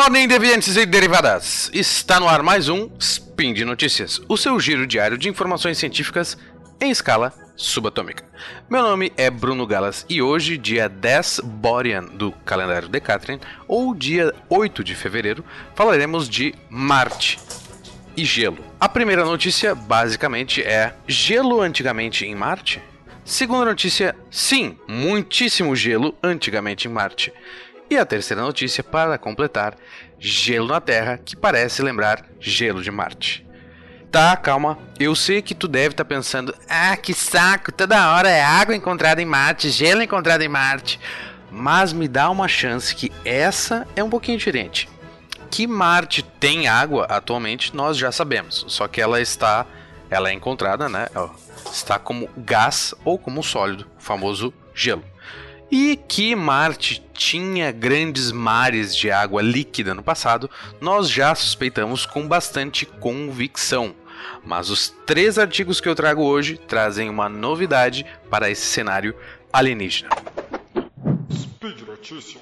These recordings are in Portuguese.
morning, deviantes e derivadas! Está no ar mais um Spin de Notícias, o seu giro diário de informações científicas em escala subatômica. Meu nome é Bruno Galas e hoje, dia 10 Borean do calendário Decatrian, ou dia 8 de fevereiro, falaremos de Marte e gelo. A primeira notícia, basicamente, é: gelo antigamente em Marte? Segunda notícia: sim, muitíssimo gelo antigamente em Marte. E a terceira notícia, para completar: gelo na Terra que parece lembrar gelo de Marte. Tá, calma, eu sei que tu deve estar pensando: ah, que saco, toda hora é água encontrada em Marte, gelo encontrado em Marte. Mas me dá uma chance que essa é um pouquinho diferente. Que Marte tem água atualmente nós já sabemos, só que ela é encontrada, né? Está como gás ou como sólido, o famoso gelo. E que Marte tinha grandes mares de água líquida no passado, nós já suspeitamos com bastante convicção. Mas os 3 artigos que eu trago hoje trazem uma novidade para esse cenário alienígena. Speed Notícias.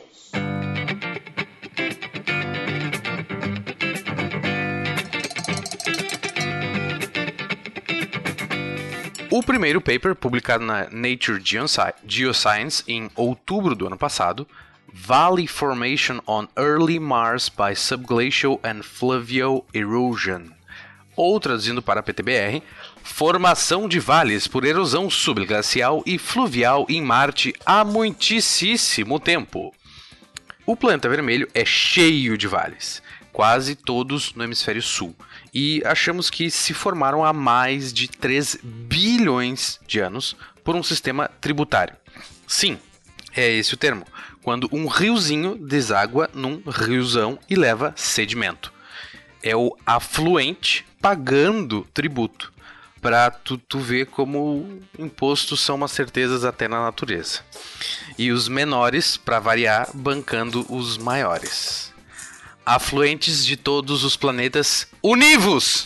O primeiro paper, publicado na Nature Geoscience em outubro do ano passado, Valley Formation on Early Mars by Subglacial and Fluvial Erosion, ou traduzindo para a PTBR, formação de vales por erosão subglacial e fluvial em Marte há muitíssimo tempo. O planeta vermelho é cheio de vales, quase todos no hemisfério sul, e achamos que se formaram há mais de 3 bilhões de anos por um sistema tributário. Sim, é esse o termo, quando um riozinho deságua num riozão e leva sedimento. É o afluente pagando tributo, para tu ver como impostos são umas certezas até na natureza. E os menores, para variar, bancando os maiores. Afluentes de todos os planetas univos!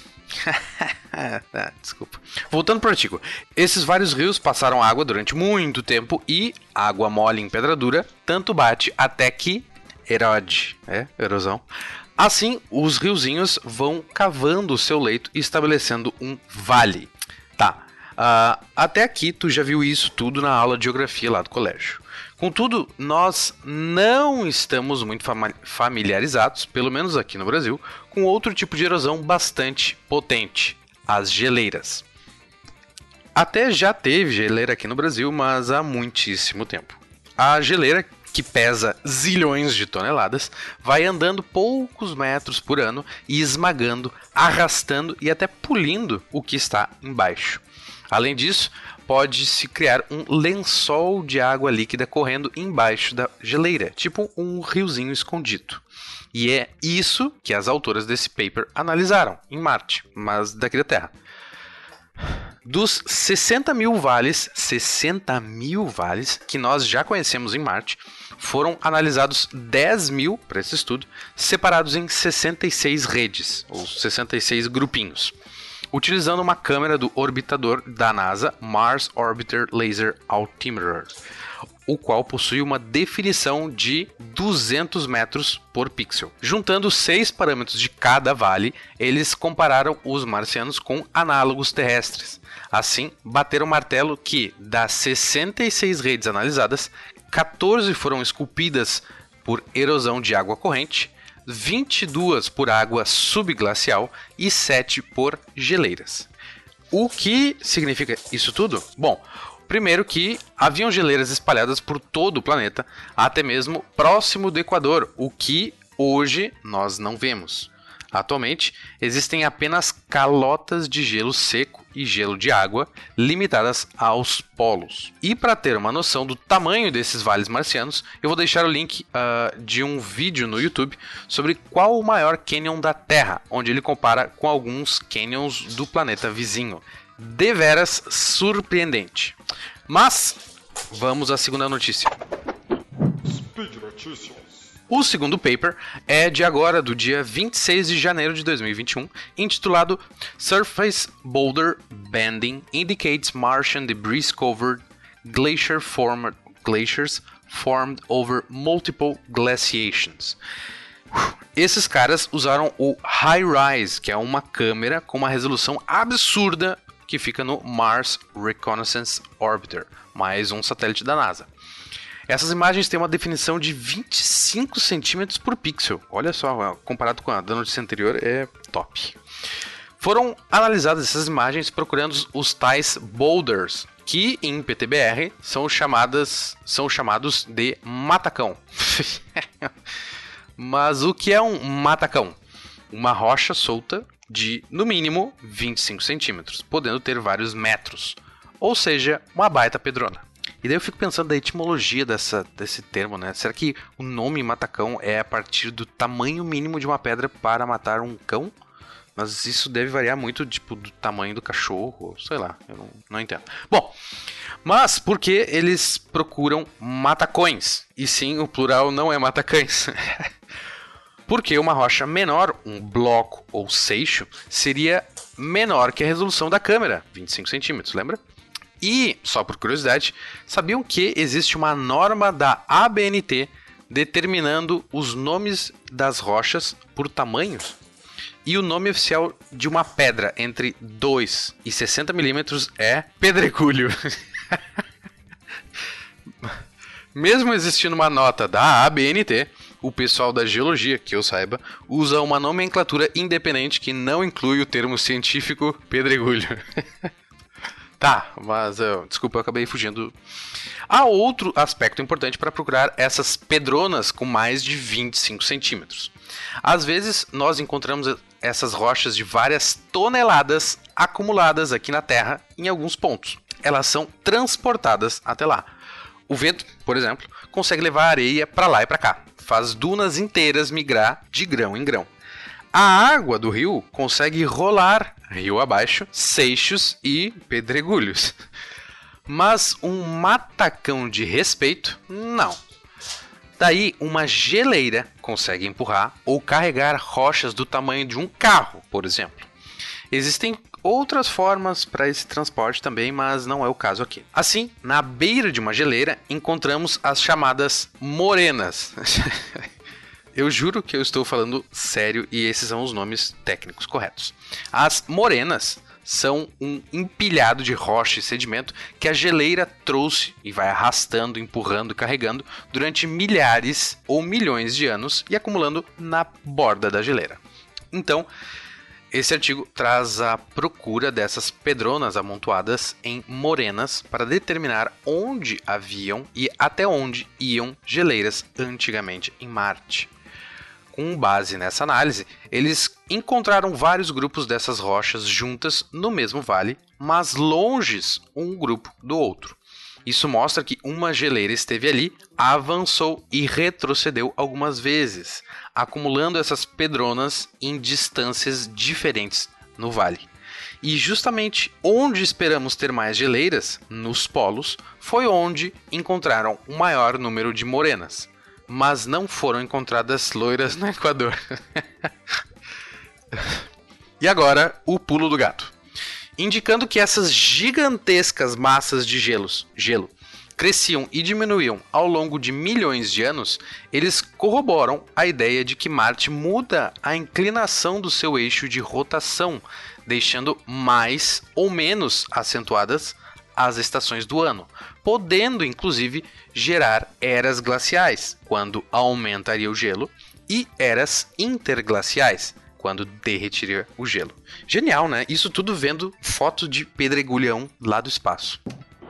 Desculpa. Voltando para o artigo. Esses vários rios passaram água durante muito tempo e água mole em pedra dura tanto bate até que erode. Erosão. Assim, os riozinhos vão cavando o seu leito e estabelecendo um vale. Tá. Até aqui tu já viu isso tudo na aula de geografia lá do colégio. Contudo, nós não estamos muito familiarizados, pelo menos aqui no Brasil, com outro tipo de erosão bastante potente: as geleiras. Até já teve geleira aqui no Brasil, mas há muitíssimo tempo. A geleira, que pesa zilhões de toneladas, vai andando poucos metros por ano e esmagando, arrastando e até pulindo o que está embaixo. Além disso, pode-se criar um lençol de água líquida correndo embaixo da geleira, tipo um riozinho escondido. E é isso que as autoras desse paper analisaram em Marte, mas daqui da Terra. Dos 60 mil vales que nós já conhecemos em Marte, foram analisados 10 mil para esse estudo, separados em 66 redes, ou 66 grupinhos, utilizando uma câmera do orbitador da NASA, Mars Orbiter Laser Altimeter, o qual possui uma definição de 200 metros por pixel. Juntando 6 parâmetros de cada vale, eles compararam os marcianos com análogos terrestres. Assim, bateram o martelo que, das 66 redes analisadas, 14 foram esculpidas por erosão de água corrente, 22 por água subglacial e 7 por geleiras. O que significa isso tudo? Bom, primeiro que haviam geleiras espalhadas por todo o planeta, até mesmo próximo do Equador, o que hoje nós não vemos. Atualmente, existem apenas calotas de gelo seco e gelo de água, limitadas aos polos. E para ter uma noção do tamanho desses vales marcianos, eu vou deixar o link de um vídeo no YouTube sobre qual o maior cânion da Terra, onde ele compara com alguns cânions do planeta vizinho. Deveras surpreendente. Mas, vamos à segunda notícia. Speed Notícias. O segundo paper é de agora, do dia 26 de janeiro de 2021, intitulado Surface Boulder Bending Indicates Martian Debris Covered Glaciers Formed Over Multiple Glaciations. Esses caras usaram o HiRISE, que é uma câmera com uma resolução absurda que fica no Mars Reconnaissance Orbiter, mais um satélite da NASA. Essas imagens têm uma definição de 25 centímetros por pixel. Olha só, comparado com a da notícia anterior, é top. Foram analisadas essas imagens procurando os tais boulders, que em PTBR são chamados de matacão. Mas o que é um matacão? Uma rocha solta de, no mínimo, 25 centímetros, podendo ter vários metros. Ou seja, uma baita pedrona. E daí eu fico pensando da etimologia desse termo, né? Será que o nome matacão é a partir do tamanho mínimo de uma pedra para matar um cão? Mas isso deve variar muito, tipo, do tamanho do cachorro, sei lá, eu não entendo. Bom, mas por que eles procuram matacões? E sim, o plural não é matacães. Porque uma rocha menor, um bloco ou seixo, seria menor que a resolução da câmera, 25 centímetros, lembra? E, só por curiosidade, sabiam que existe uma norma da ABNT determinando os nomes das rochas por tamanhos? E o nome oficial de uma pedra entre 2 e 60 milímetros é pedregulho. Mesmo existindo uma nota da ABNT, o pessoal da geologia, que eu saiba, usa uma nomenclatura independente que não inclui o termo científico pedregulho. Tá, mas desculpa, eu acabei fugindo. Há outro aspecto importante para procurar essas pedronas com mais de 25 centímetros. Às vezes, nós encontramos essas rochas de várias toneladas acumuladas aqui na Terra em alguns pontos. Elas são transportadas até lá. O vento, por exemplo, consegue levar areia para lá e para cá. Faz dunas inteiras migrar de grão em grão. A água do rio consegue rolar rio abaixo, seixos e pedregulhos. Mas um matacão de respeito, não. Daí, uma geleira consegue empurrar ou carregar rochas do tamanho de um carro, por exemplo. Existem outras formas para esse transporte também, mas não é o caso aqui. Assim, na beira de uma geleira, encontramos as chamadas morenas. Eu juro que eu estou falando sério e esses são os nomes técnicos corretos. As morenas são um empilhado de rocha e sedimento que a geleira trouxe e vai arrastando, empurrando e carregando durante milhares ou milhões de anos e acumulando na borda da geleira. Então, esse artigo traz a procura dessas pedronas amontoadas em morenas para determinar onde haviam e até onde iam geleiras antigamente em Marte. Com base nessa análise, eles encontraram vários grupos dessas rochas juntas no mesmo vale, mas longes um grupo do outro. Isso mostra que uma geleira esteve ali, avançou e retrocedeu algumas vezes, acumulando essas pedronas em distâncias diferentes no vale. E justamente onde esperamos ter mais geleiras, nos polos, foi onde encontraram o maior número de morenas. Mas não foram encontradas loiras no Equador. E agora, o pulo do gato. Indicando que essas gigantescas massas de gelo cresciam e diminuíam ao longo de milhões de anos, eles corroboram a ideia de que Marte muda a inclinação do seu eixo de rotação, deixando mais ou menos acentuadas as estações do ano, podendo inclusive gerar eras glaciais, quando aumentaria o gelo, e eras interglaciais, quando derretiria o gelo. Genial, né? Isso tudo vendo foto de pedregulhão lá do espaço.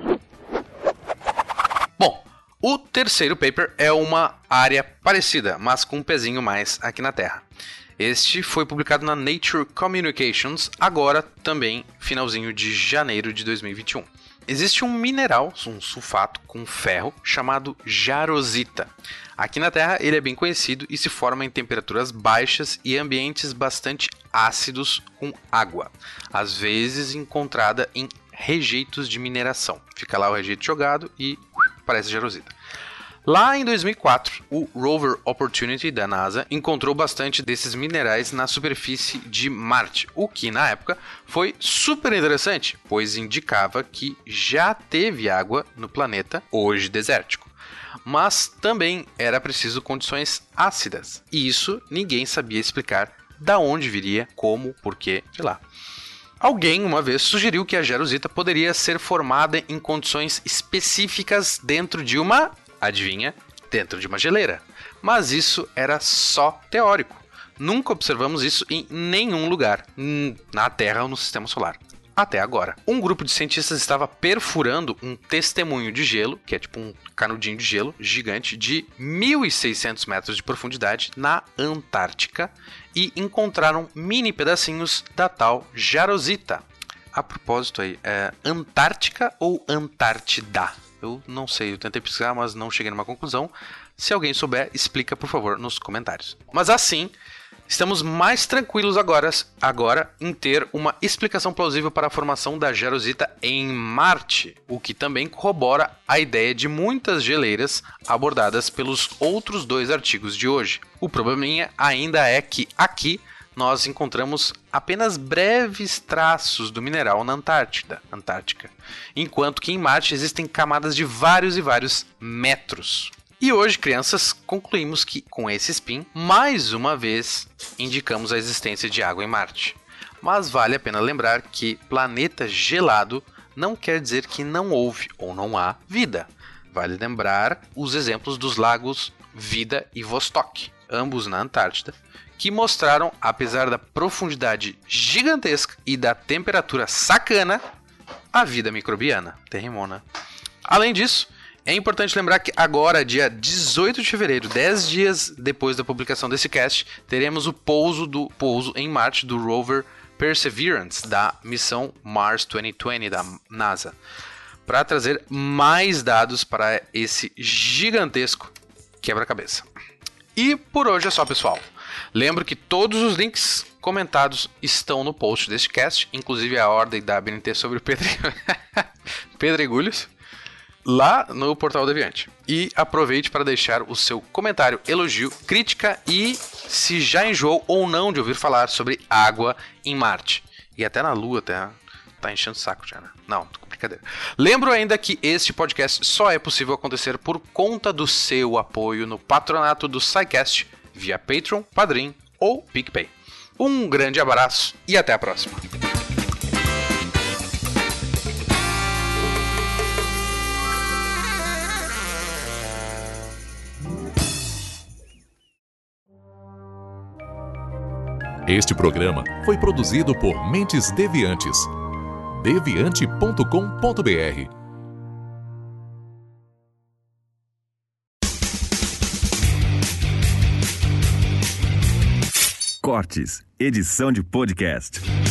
Bom, o terceiro paper é uma área parecida, mas com um pezinho mais aqui na Terra. Este foi publicado na Nature Communications, agora também finalzinho de janeiro de 2021. Existe um mineral, um sulfato com ferro, chamado jarosita. Aqui na Terra ele é bem conhecido e se forma em temperaturas baixas e ambientes bastante ácidos com água, às vezes encontrada em rejeitos de mineração. Fica lá o rejeito jogado e parece jarosita. Lá em 2004, o rover Opportunity da NASA encontrou bastante desses minerais na superfície de Marte, o que na época foi super interessante, pois indicava que já teve água no planeta, hoje desértico. mas também era preciso condições ácidas. E isso ninguém sabia explicar da onde viria, como, porquê, sei lá. Alguém uma vez sugeriu que a jarosita poderia ser formada em condições específicas dentro de uma, adivinha, dentro de uma geleira. Mas isso era só teórico. Nunca observamos isso em nenhum lugar, na Terra ou no Sistema Solar. Até agora. Um grupo de cientistas estava perfurando um testemunho de gelo, que é tipo um canudinho de gelo gigante, de 1.600 metros de profundidade na Antártica e encontraram mini pedacinhos da tal jarosita. A propósito aí, é Antártica ou Antártida? Eu não sei, eu tentei pesquisar, mas não cheguei numa conclusão. Se alguém souber, explica por favor nos comentários. Mas assim, estamos mais tranquilos agora em ter uma explicação plausível para a formação da jarosita em Marte, o que também corrobora a ideia de muitas geleiras abordadas pelos outros 2 artigos de hoje. O probleminha ainda é que aqui nós encontramos apenas breves traços do mineral na Antártica, enquanto que em Marte existem camadas de vários e vários metros. E hoje, crianças, concluímos que, com esse spin, mais uma vez, indicamos a existência de água em Marte. Mas vale a pena lembrar que planeta gelado não quer dizer que não houve ou não há vida. Vale lembrar os exemplos dos lagos Vida e Vostok, ambos na Antártida, que mostraram, apesar da profundidade gigantesca e da temperatura sacana, a vida microbiana. Terrimona. Além disso, é importante lembrar que agora, dia 18 de fevereiro, 10 dias depois da publicação desse cast, teremos o pouso em Marte do rover Perseverance, da missão Mars 2020 da NASA, para trazer mais dados para esse gigantesco quebra-cabeça. E por hoje é só, pessoal. Lembro que todos os links comentados estão no post deste cast, inclusive a ordem da BNT sobre o Pedregulhos, lá no Portal Deviante. E aproveite para deixar o seu comentário, elogio, crítica e se já enjoou ou não de ouvir falar sobre água em Marte. E até na Lua, tá enchendo o saco já, né? Não, brincadeira. Lembro ainda que este podcast só é possível acontecer por conta do seu apoio no patronato do SciCast via Patreon, Padrim ou PicPay. Um grande abraço e até a próxima. Este programa foi produzido por Mentes Deviantes. deviante.com.br. Cortes, edição de podcast.